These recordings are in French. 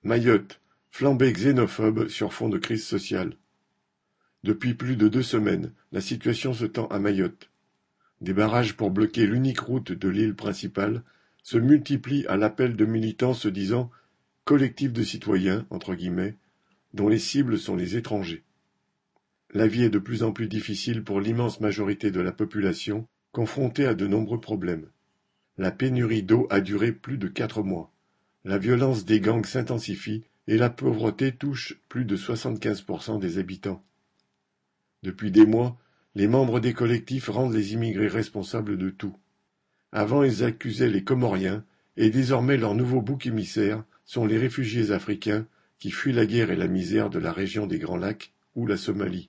Mayotte, flambée xénophobe sur fond de crise sociale. Depuis plus de 2 semaines, la situation se tend à Mayotte. Des barrages pour bloquer l'unique route de l'île principale se multiplient à l'appel de militants se disant collectifs de citoyens, entre guillemets, dont les cibles sont les étrangers. La vie est de plus en plus difficile pour l'immense majorité de la population, confrontée à de nombreux problèmes. La pénurie d'eau a duré plus de 4 mois. La violence des gangs s'intensifie et la pauvreté touche plus de 75% des habitants. Depuis des mois, les membres des collectifs rendent les immigrés responsables de tout. Avant, ils accusaient les Comoriens, et désormais leur nouveau bouc émissaire sont les réfugiés africains qui fuient la guerre et la misère de la région des Grands Lacs ou la Somalie.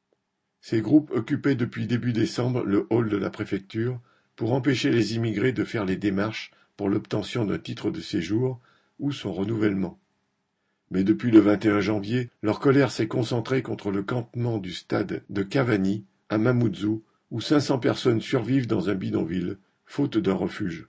Ces groupes occupaient depuis début décembre le hall de la préfecture pour empêcher les immigrés de faire les démarches pour l'obtention d'un titre de séjour ou son renouvellement. Mais depuis le 21 janvier, leur colère s'est concentrée contre le campement du stade de Cavani, à Mamoudzou, où 500 personnes survivent dans un bidonville, faute d'un refuge.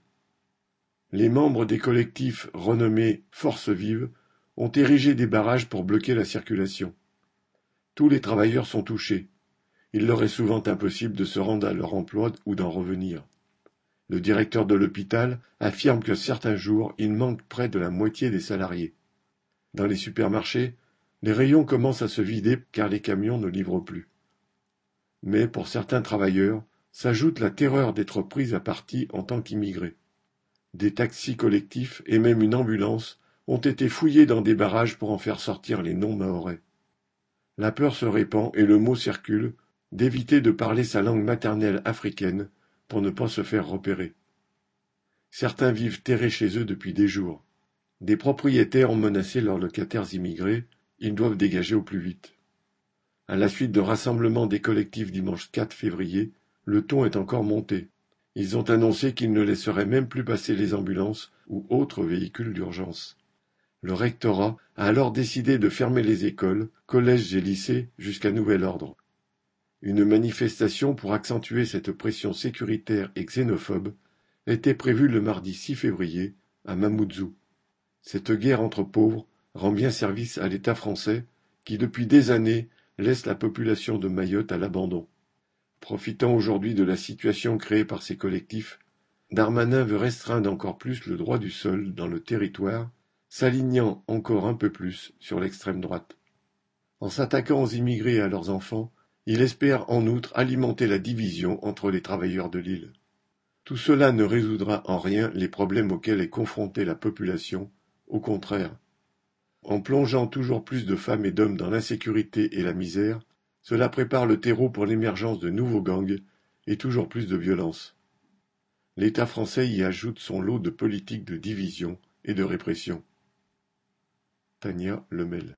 Les membres des collectifs renommés Forces vives ont érigé des barrages pour bloquer la circulation. Tous les travailleurs sont touchés. Il leur est souvent impossible de se rendre à leur emploi ou d'en revenir. Le directeur de l'hôpital affirme que certains jours, il manque près de la moitié des salariés. Dans les supermarchés, les rayons commencent à se vider car les camions ne livrent plus. Mais pour certains travailleurs, s'ajoute la terreur d'être pris à partie en tant qu'immigrés. Des taxis collectifs et même une ambulance ont été fouillés dans des barrages pour en faire sortir les non-mahorais. La peur se répand et le mot circule d'éviter de parler sa langue maternelle africaine pour ne pas se faire repérer. Certains vivent terrés chez eux depuis des jours. Des propriétaires ont menacé leurs locataires immigrés, ils doivent dégager au plus vite. À la suite de rassemblements des collectifs dimanche 4 février, le ton est encore monté. Ils ont annoncé qu'ils ne laisseraient même plus passer les ambulances ou autres véhicules d'urgence. Le rectorat a alors décidé de fermer les écoles, collèges et lycées jusqu'à nouvel ordre. Une manifestation pour accentuer cette pression sécuritaire et xénophobe était prévue le mardi 6 février à Mamoudzou. Cette guerre entre pauvres rend bien service à l'État français qui, depuis des années, laisse la population de Mayotte à l'abandon. Profitant aujourd'hui de la situation créée par ces collectifs, Darmanin veut restreindre encore plus le droit du sol dans le territoire, s'alignant encore un peu plus sur l'extrême droite. En s'attaquant aux immigrés et à leurs enfants, il espère en outre alimenter la division entre les travailleurs de l'île. Tout cela ne résoudra en rien les problèmes auxquels est confrontée la population, au contraire. En plongeant toujours plus de femmes et d'hommes dans l'insécurité et la misère, cela prépare le terreau pour l'émergence de nouveaux gangs et toujours plus de violence. L'État français y ajoute son lot de politiques de division et de répression. Tania Lemel.